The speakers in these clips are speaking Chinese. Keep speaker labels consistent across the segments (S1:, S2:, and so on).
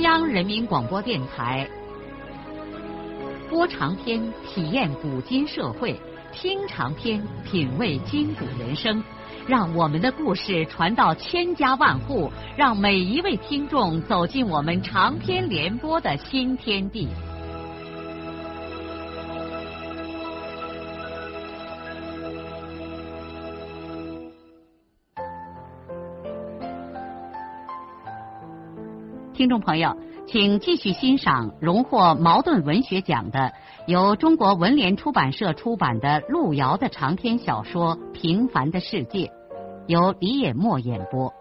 S1: 央人民广播电台，播长篇体验古今社会，听长篇品味今古人生。让我们的故事传到千家万户，让每一位听众走进我们长篇联播的新天地。听众朋友，请继续欣赏荣获茅盾文学奖的由中国文联出版社出版的路遥的长篇小说《平凡的世界》，由李野墨演播。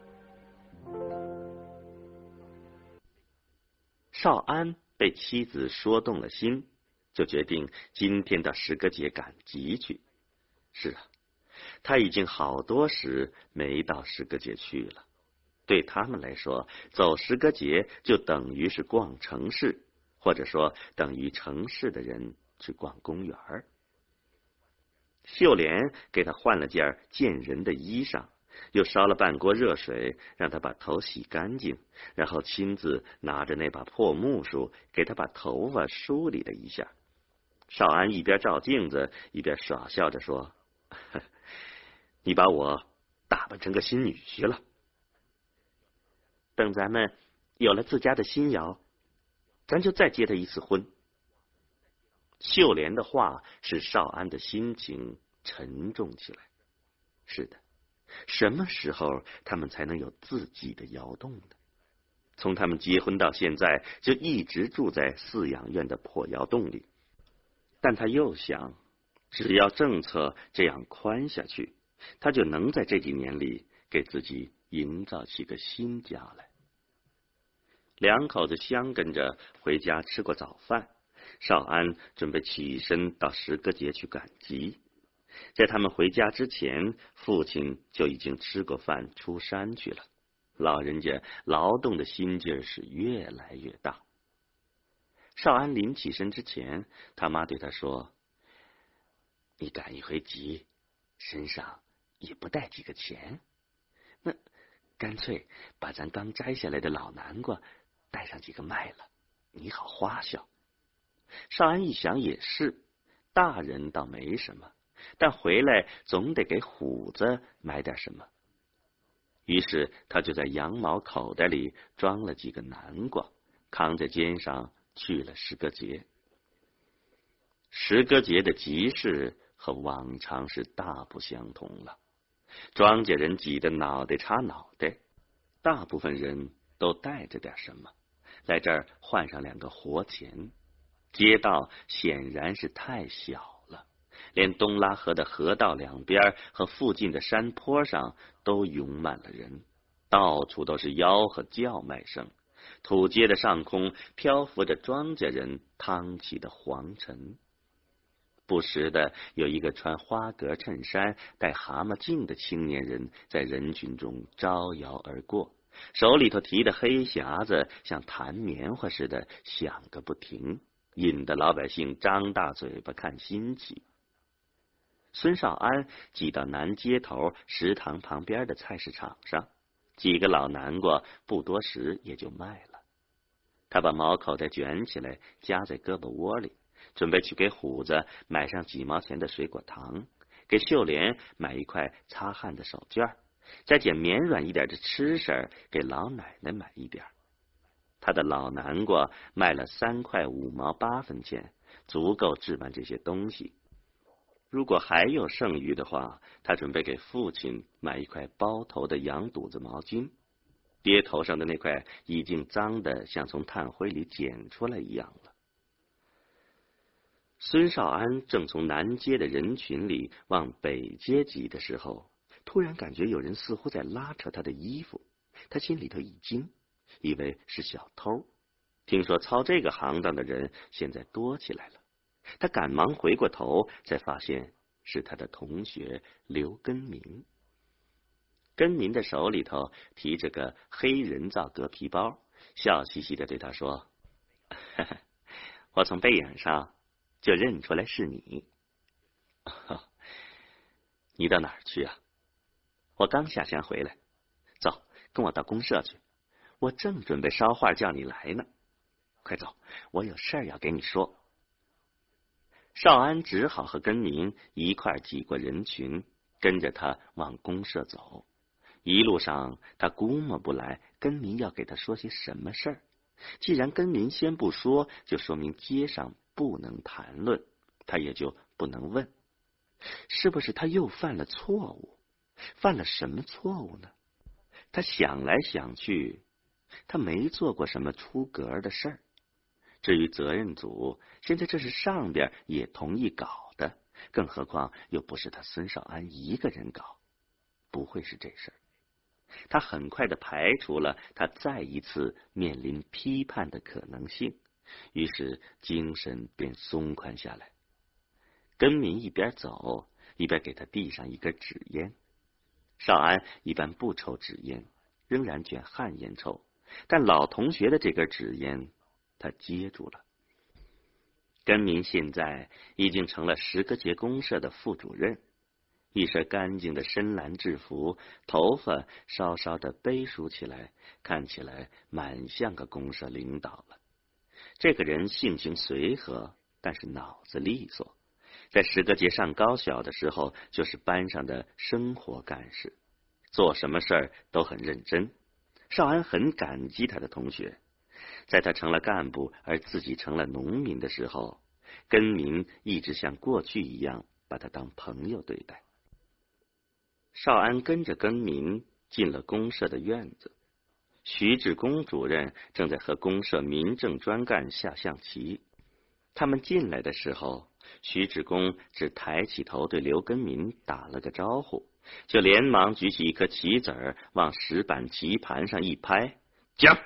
S2: 少安被妻子说动了心，就决定今天到石阁节赶集去。是啊，他已经好多时没到石阁节去了。对他们来说，走石阁节就等于是逛城市，或者说等于城市的人去逛公园。秀莲给他换了件见人的衣裳，又烧了半锅热水让他把头洗干净，然后亲自拿着那把破木梳给他把头发梳理了一下。少安一边照镜子一边耍笑着说：你把我打扮成个新女婿了。等咱们有了自家的新窑，咱就再结他一次婚。秀莲的话使少安的心情沉重起来。是的，什么时候他们才能有自己的窑洞呢？从他们结婚到现在，就一直住在饲养院的破窑洞里。但他又想，只要政策这样宽下去，他就能在这几年里给自己营造起个新家来。两口子相跟着回家吃过早饭，少安准备起身到石阁节去赶集。在他们回家之前，父亲就已经吃过饭出山去了。老人家劳动的心劲是越来越大。少安临起身之前，他妈对他说：你赶一回集，身上也不带几个钱，那干脆把咱刚摘下来的老南瓜带上几个卖了，你好花销。少安一想也是，大人倒没什么，但回来总得给虎子买点什么。于是他就在羊毛口袋里装了几个南瓜，扛在肩上去了石阁节。石阁节的集市和往常是大不相同了，庄稼人挤得脑袋插脑袋，大部分人都带着点什么来这儿换上2个活钱。街道显然是太小了，连东拉河的河道两边和附近的山坡上都涌满了人，到处都是吆喝叫卖声。土街的上空漂浮着庄稼人趟起的黄尘，不时的有一个穿花格衬衫戴蛤蟆镜的青年人在人群中招摇而过，手里头提的黑匣子像弹棉花似的响个不停，引得老百姓张大嘴巴看新奇。孙少安挤到南街头食堂旁边的菜市场上，几个老南瓜不多时也就卖了。他把毛口袋卷起来夹在胳膊窝里，准备去给虎子买上几毛钱的水果糖，给秀莲买一块擦汗的手绢，再捡绵软一点的吃食给老奶奶买一点。他的老南瓜卖了3块5毛8分钱，足够置办这些东西。如果还有剩余的话，他准备给父亲买一块包头的羊肚子毛巾，爹头上的那块已经脏得像从炭灰里捡出来一样了。孙少安正从南街的人群里往北街挤的时候，突然感觉有人似乎在拉扯他的衣服，他心里头一惊，以为是小偷。听说操这个行当的人现在多起来了，他赶忙回过头，才发现是他的同学刘根民。根民的手里头提着个黑人造革皮包，笑嘻嘻的对他说：我从背影上就认出来是你。你到哪儿去啊？我刚下乡回来，走，跟我到公社去， 我正准备捎话叫你来呢。快走，我有事儿要给你说。少安只好和根民一块挤过人群，跟着他往公社走。一路上，他估摸不来根民要给他说些什么事儿。既然根民先不说，就说明街上不能谈论，他也就不能问。是不是他又犯了错误？犯了什么错误呢？他想来想去，他没做过什么出格的事儿。至于责任组，现在这是上边也同意搞的，更何况又不是他孙少安一个人搞，不会是这事儿。他很快的排除了他再一次面临批判的可能性，于是精神便松宽下来。根民一边走一边给他递上一根纸烟。少安一般不抽纸烟，仍然卷旱烟抽，但老同学的这根纸烟他接住了。根民现在已经成了10个节公社的副主任，一身干净的深蓝制服，头发稍稍的背梳起来，看起来蛮像个公社领导了。这个人性情随和，但是脑子利索。在10个节上高小的时候，就是班上的生活干事，做什么事儿都很认真。少安很感激他的同学。在他成了干部而自己成了农民的时候，根民一直像过去一样把他当朋友对待。少安跟着根民进了公社的院子，徐志公主任正在和公社民政专干下象棋。他们进来的时候，徐志公只抬起头对刘根民打了个招呼，就连忙举起一颗棋子儿往石板棋盘上一拍，讲。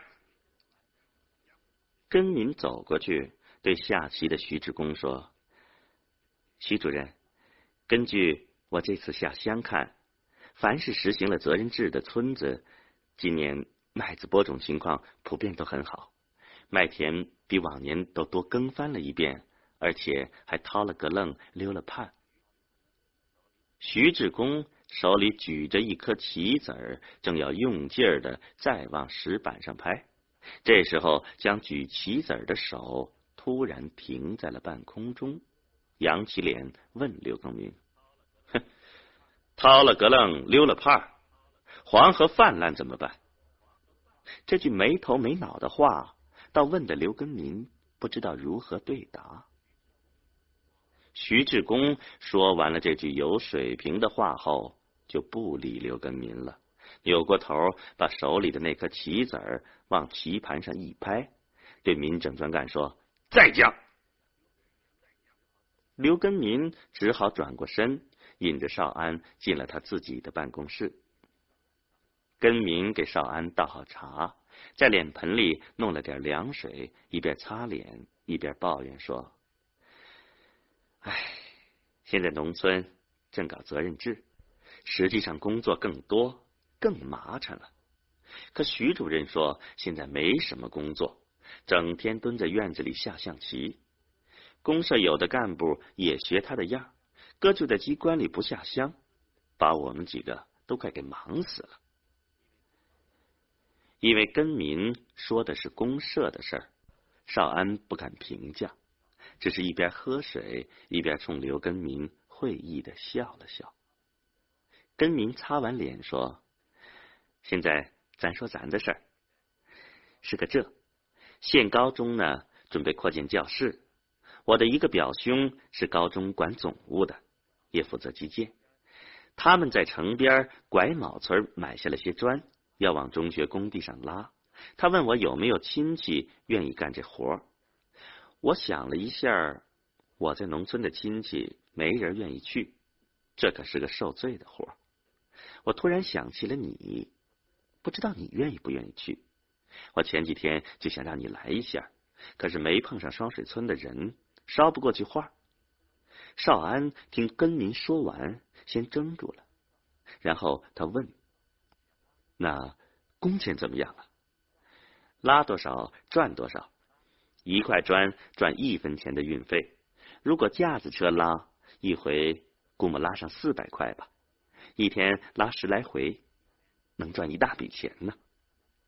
S2: 根民走过去对下棋的徐志公说：徐主任，根据我这次下乡看，凡是实行了责任制的村子，今年麦子播种情况普遍都很好，麦田比往年都多耕翻了一遍，而且还掏了个愣，溜了盼。徐志公手里举着一颗棋子儿，正要用劲儿的再往石板上拍，这时候将举棋子儿的手突然停在了半空中，扬起脸问刘根民：哼，掏了个愣，溜了盼，黄河泛滥怎么办？这句没头没脑的话，倒问的刘根民不知道如何对答。徐志公说完了这句有水平的话后，就不理刘根民了，扭过头把手里的那颗棋子儿往棋盘上一拍，对民政专干说：再讲。刘根民只好转过身，引着少安进了他自己的办公室。根民给少安倒好茶，在脸盆里弄了点凉水，一边擦脸一边抱怨说：唉，现在农村正搞责任制，实际上工作更多更麻烦了。可徐主任说现在没什么工作，整天蹲在院子里下象棋。公社有的干部也学他的样，搁就在机关里不下乡，把我们几个都快给忙死了。因为根民说的是公社的事儿，少安不敢评价，只是一边喝水一边冲刘根民会意的笑了笑。根民擦完脸说：现在咱说咱的事儿，是个这县高中呢准备扩建教室，我的一个表兄是高中管总务的，也负责基建，他们在城边拐卯村买下了些砖，要往中学工地上拉。他问我有没有亲戚愿意干这活。我想了一下，我在农村的亲戚没人愿意去，这可是个受罪的活。我突然想起了你，不知道你愿意不愿意去。我前几天就想让你来一下，可是没碰上双水村的人，捎不过去话。少安听根民说完，先怔住了，然后他问：那工钱怎么样啊？拉多少赚多少，1块砖赚1分钱的运费，如果架子车拉，一回估摸拉上400块吧，一天拉10来回，能赚一大笔钱呢。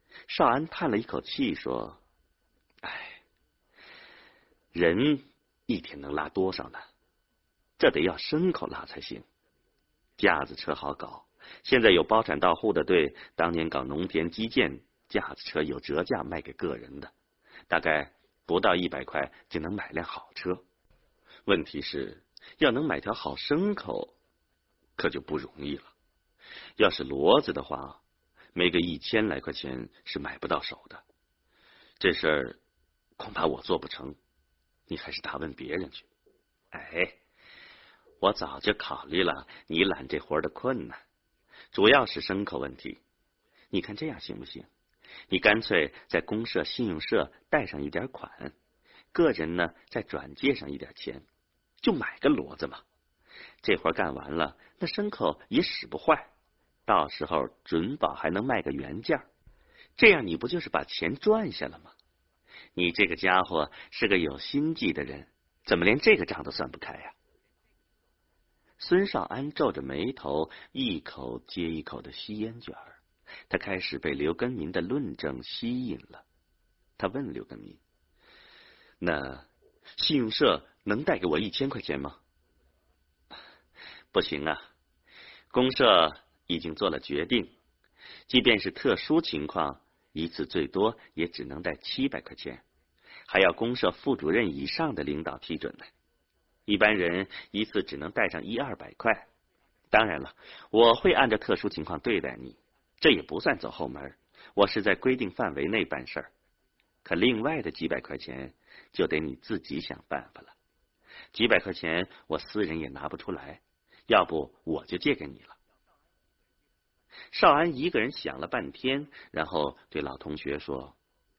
S2: 少安叹了一口气说：“哎，人一天能拉多少呢？这得要牲口拉才行。架子车好搞，现在有包产到户的队，当年搞农田基建，架子车有折价卖给个人的，大概不到100块就能买辆好车。问题是，要能买条好牲口，可就不容易了。要是骡子的话，没个1000来块钱是买不到手的。这事儿恐怕我做不成，你还是打问别人去。”哎，我早就考虑了你揽这活的困难，主要是牲口问题。你看这样行不行？你干脆在公社、信用社贷上一点款，个人呢再转借上一点钱，就买个骡子嘛。这活干完了，那牲口也使不坏，到时候准保还能卖个原价。这样你不就是把钱赚下了吗？你这个家伙是个有心计的人，怎么连这个账都算不开呀？孙少安皱着眉头，一口接一口的吸烟卷儿。他开始被刘根民的论证吸引了。他问刘根民：“那信用社能贷给我1000块钱吗？”“不行啊，公社已经做了决定，即便是特殊情况，一次最多也只能贷700块钱，还要公社副主任以上的领导批准呢。一般人一次只能贷上100-200块。当然了，我会按照特殊情况对待你，这也不算走后门，我是在规定范围内办事儿。可另外的几百块钱就得你自己想办法了。几百块钱我私人也拿不出来，要不我就借给你了。”少安一个人想了半天，然后对老同学说：“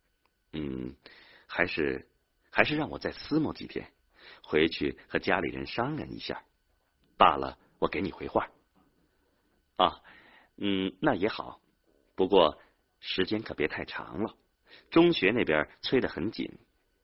S2: 还是让我再思谋几天，回去和家里人商量一下。罢了，我给你回话。”“啊，那也好，不过时间可别太长了，中学那边催得很紧。”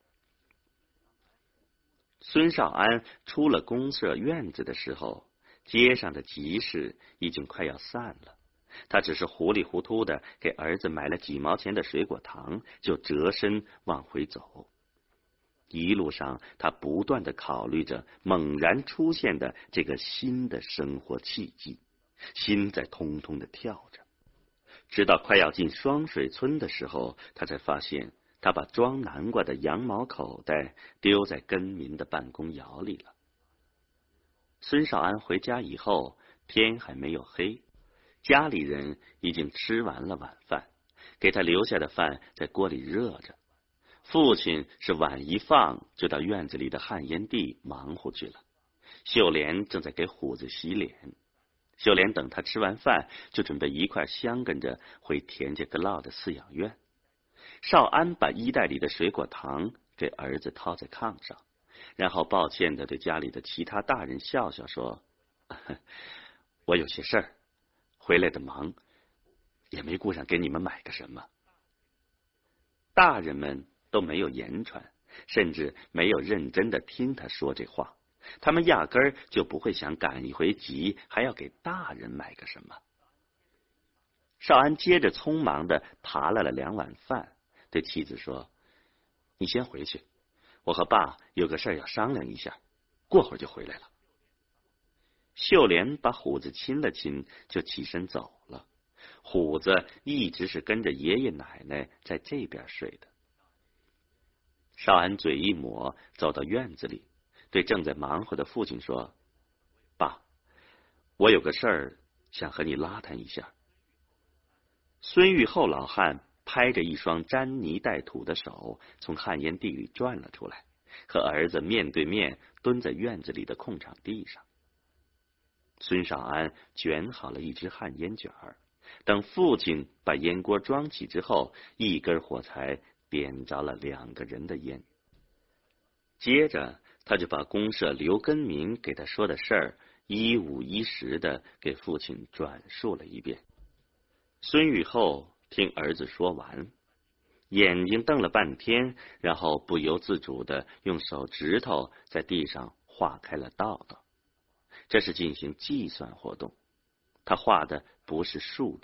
S2: 孙少安出了公社院子的时候，街上的集市已经快要散了。他只是糊里糊涂的给儿子买了几毛钱的水果糖，就折身往回走。一路上，他不断的考虑着猛然出现的这个新的生活契机，心在通通的跳着。直到快要进双水村的时候，他才发现他把装南瓜的羊毛口袋丢在根民的办公窑里了。孙少安回家以后，天还没有黑，家里人已经吃完了晚饭，给他留下的饭在锅里热着。父亲是碗一放就到院子里的旱烟地忙活去了。秀莲正在给虎子洗脸。秀莲等他吃完饭，就准备一块相跟着回田家阁老的饲养院。少安把衣袋里的水果糖给儿子掏在炕上，然后抱歉的对家里的其他大人笑笑说：“我有些事儿，回来的忙，也没顾上给你们买个什么。”大人们都没有言传，甚至没有认真的听他说这话，他们压根儿就不会想赶一回集还要给大人买个什么。少安接着匆忙的扒拉了2碗饭，对妻子说：“你先回去，我和爸有个事儿要商量一下，过会儿就回来了。”秀莲把虎子亲了亲，就起身走了。虎子一直是跟着爷爷奶奶在这边睡的。少安嘴一抹，走到院子里，对正在忙活的父亲说：“爸，我有个事儿想和你拉谈一下。”孙玉厚老汉拍着一双沾泥带土的手，从旱烟地里转了出来，和儿子面对面蹲在院子里的空场地上。孙少安卷好了一只旱烟卷儿，等父亲把烟锅装起之后，一根火柴点着了2个人的烟。接着他就把公社刘根民给他说的事儿一五一十的给父亲转述了一遍。孙玉厚听儿子说完，眼睛瞪了半天，然后不由自主的用手指头在地上画开了道道。这是进行计算活动，他画的不是数字，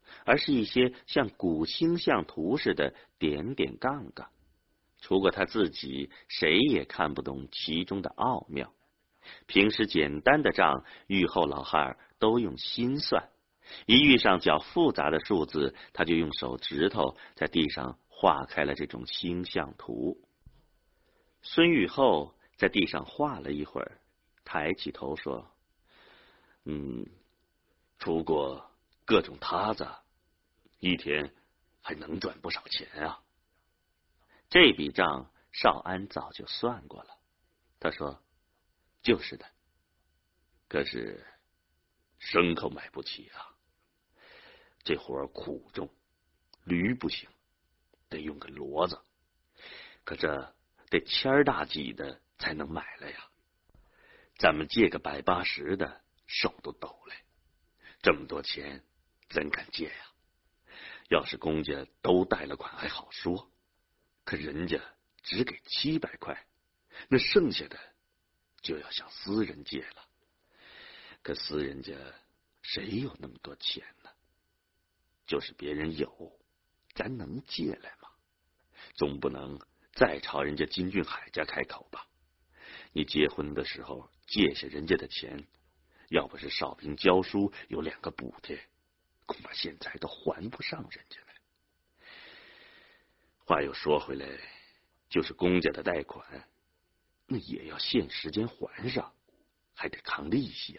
S2: 而是一些像古星象图似的点点杠杠。除过他自己，谁也看不懂其中的奥妙。平时简单的账，狱后老汉都用心算，一遇上较复杂的数字，他就用手指头在地上画开了这种星象图。孙玉厚在地上画了一会儿，抬起头说：“除过各种塌子，一天还能赚不少钱啊。”这笔账少安早就算过了，他说：“就是的，可是牲口买不起啊，这活苦重，驴不行，得用个骡子，可这得千大几的才能买了呀。咱们借个180的，手都抖嘞，这么多钱怎敢借呀？要是公家都贷了款还好说，可人家只给700块，那剩下的就要向私人借了。可私人家谁有那么多钱呢？就是别人有，咱能借来吗？总不能再朝人家金俊海家开口吧？你结婚的时候借下人家的钱，要不是少平教书有2个补贴，恐怕现在都还不上人家呢。话又说回来，就是公家的贷款，那也要限时间还上，还得扛利息啊。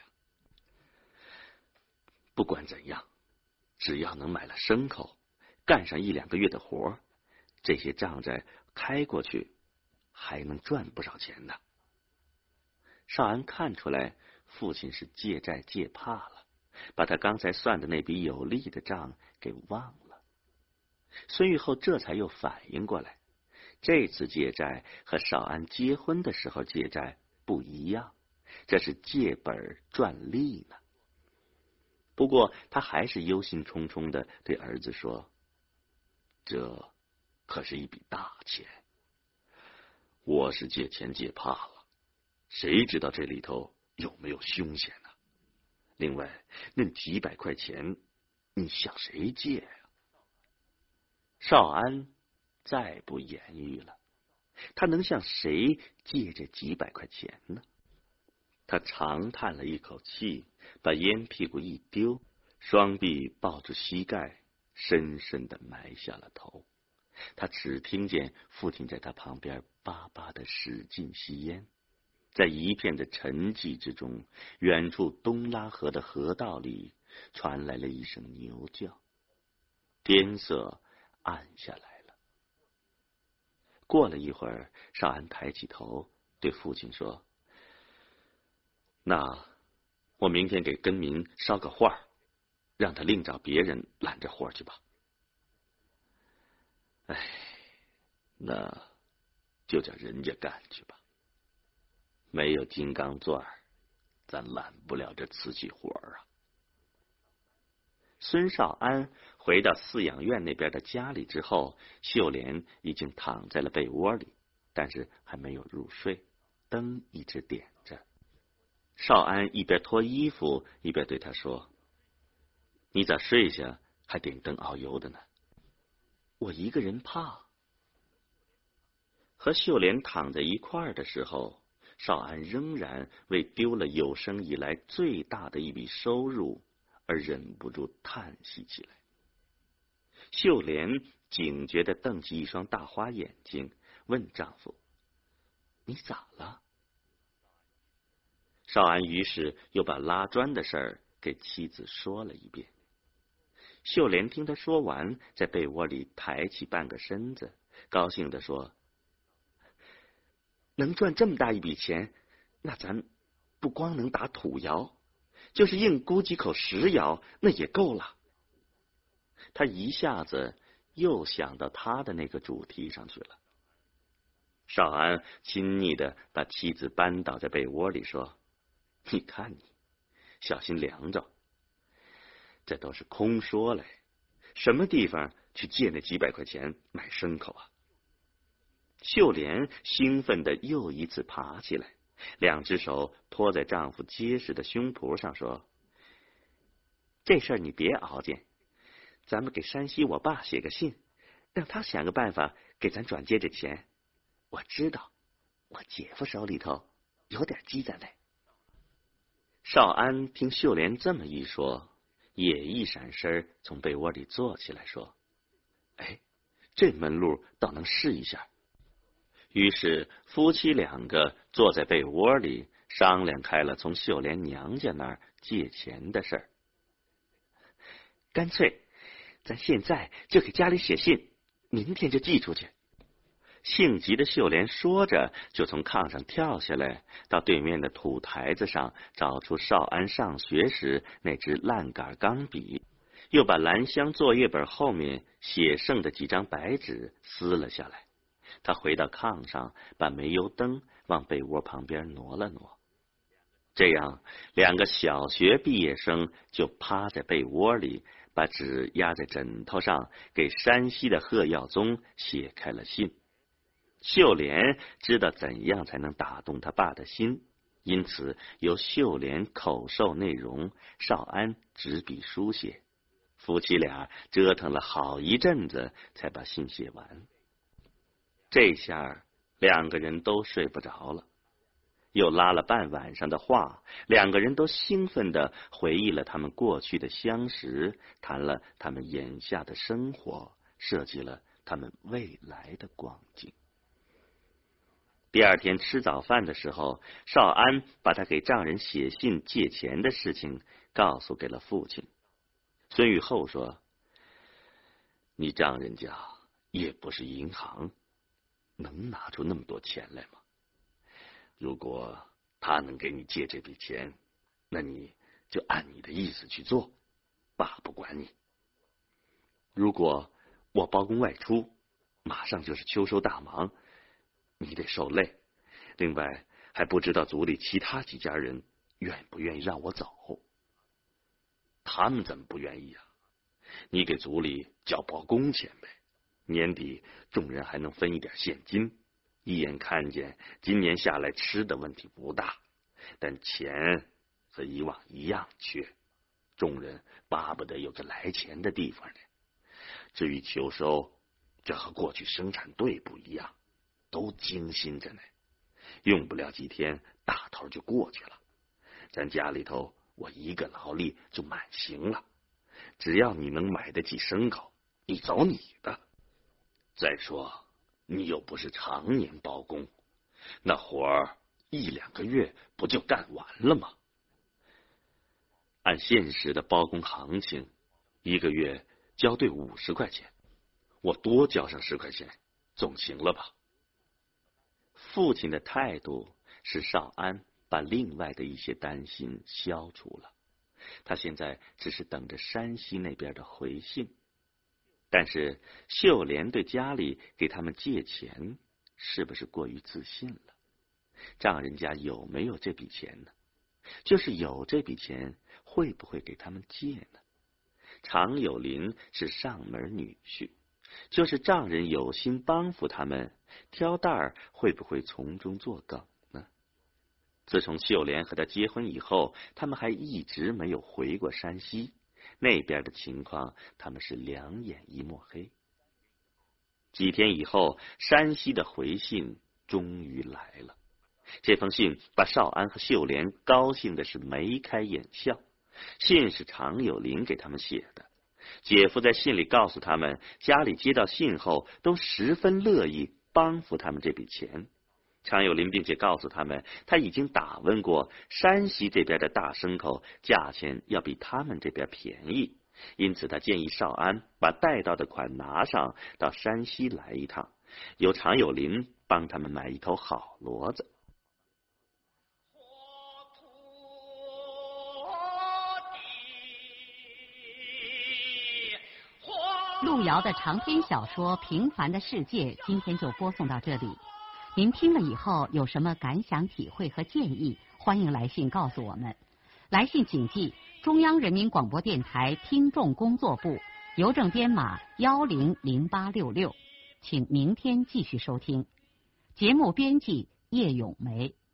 S2: 不管怎样，只要能买了牲口，干上1、2个月的活，这些账债开过去，还能赚不少钱呢。少安看出来父亲是借债借怕了，把他刚才算的那笔有利的账给忘了。孙玉厚这才又反应过来，这次借债和少安结婚的时候借债不一样，这是借本赚利呢。不过他还是忧心忡忡的对儿子说：“这可是一笔大钱，我是借钱借怕了，谁知道这里头有没有凶险呢？另外，那几百块钱，你向谁借呀？”少安再不言语了，他能向谁借这几百块钱呢？他长叹了一口气，把烟屁股一丢，双臂抱住膝盖，深深的埋下了头。他只听见父亲在他旁边巴巴的使劲吸烟。在一片的沉寂之中，远处东拉河的河道里传来了一声牛叫。天色暗下来了。过了一会儿，少安抬起头对父亲说：“那我明天给根民捎个话，让他另找别人揽着活去吧。”哎，那就叫人家干去吧。没有金刚钻，咱揽不了这瓷器活啊。孙少安回到饲养院那边的家里之后，秀莲已经躺在了被窝里，但是还没有入睡，灯一直点着。少安一边脱衣服一边对他说：“你咋睡下还点灯熬油的呢？”“我一个人怕。”和秀莲躺在一块儿的时候，少安仍然为丢了有生以来最大的一笔收入而忍不住叹息起来。秀莲警觉地瞪起一双大花眼睛，问丈夫：“你咋了？”少安于是又把拉砖的事儿给妻子说了一遍。秀莲听他说完，在被窝里抬起半个身子，高兴地说：“能赚这么大一笔钱，那咱不光能打土窑，就是硬咕几口石窑，那也够了。”他一下子又想到他的那个主题上去了。少安亲昵的把妻子扳倒在被窝里说：“你看你，小心凉着。这都是空说嘞，什么地方去借那几百块钱买牲口啊？”秀莲兴奋的又一次爬起来，2只手托在丈夫结实的胸脯上说：“这事儿你别熬见， 咱们给山西我爸写个信，让他想个办法给咱转借这钱。我知道，我姐夫手里头有点积攒嘞。少安听秀莲这么一说，也一闪身从被窝里坐起来说：“哎，这门路倒能试一下。”于是夫妻两个坐在被窝里商量开了从秀莲娘家那儿借钱的事儿。干脆咱现在就给家里写信，明天就寄出去。性急的秀莲说着，就从炕上跳下来，到对面的土台子上找出少安上学时那支烂杆钢笔，又把兰香作业本后面写剩的几张白纸撕了下来。他回到炕上，把煤油灯往被窝旁边挪了挪。这样，两个小学毕业生就趴在被窝里，把纸压在枕头上，给山西的贺耀宗写开了信。秀莲知道怎样才能打动他爸的心，因此由秀莲口授内容，少安执笔书写。夫妻俩折腾了好一阵子，才把信写完。这下两个人都睡不着了，又拉了半晚上的话，两个人都兴奋地回忆了他们过去的相识，谈了他们眼下的生活，设计了他们未来的光景。第二天吃早饭的时候，少安把他给丈人写信借钱的事情告诉给了父亲。孙玉厚说：“你丈人家也不是银行，能拿出那么多钱来吗？如果他能给你借这笔钱，那你就按你的意思去做，爸不管你。如果我包公外出，马上就是秋收大忙，你得受累。另外还不知道族里其他几家人愿不愿意让我走。他们怎么不愿意啊？你给族里交包工钱呗，年底众人还能分一点现金。一眼看见今年下来吃的问题不大，但钱和以往一样缺，众人巴不得有个来钱的地方呢。至于秋收，这和过去生产队不一样，都精心着呢，用不了几天大头就过去了。咱家里头我一个劳力就满行了，只要你能买得起牲口，你走你的。再说你又不是常年包工，那活儿1-2个月不就干完了吗？按现实的包工行情，1个月交对50块钱，我多交上10块钱，总行了吧？父亲的态度使少安把另外的一些担心消除了，他现在只是等着山西那边的回信。但是秀莲对家里给他们借钱是不是过于自信了？丈人家有没有这笔钱呢？就是有这笔钱，会不会给他们借呢？常有林是上门女婿，就是丈人有心帮扶他们，挑担儿会不会从中作梗呢？自从秀莲和他结婚以后，他们还一直没有回过山西，那边的情况他们是两眼一抹黑。几天以后，山西的回信终于来了。这封信把少安和秀莲高兴的是眉开眼笑。信是常有林给他们写的，姐夫在信里告诉他们，家里接到信后都十分乐意帮扶他们这笔钱。常有林并且告诉他们，他已经打问过山西这边的大牲口价钱要比他们这边便宜，因此他建议少安把带到的款拿上，到山西来一趟，由常有林帮他们买一头好骡子。
S1: 路遥的长篇小说《平凡的世界》今天就播送到这里。您听了以后有什么感想、体会和建议，欢迎来信告诉我们。来信请寄中央人民广播电台听众工作部，邮政编码100866。请明天继续收听。节目编辑叶咏梅。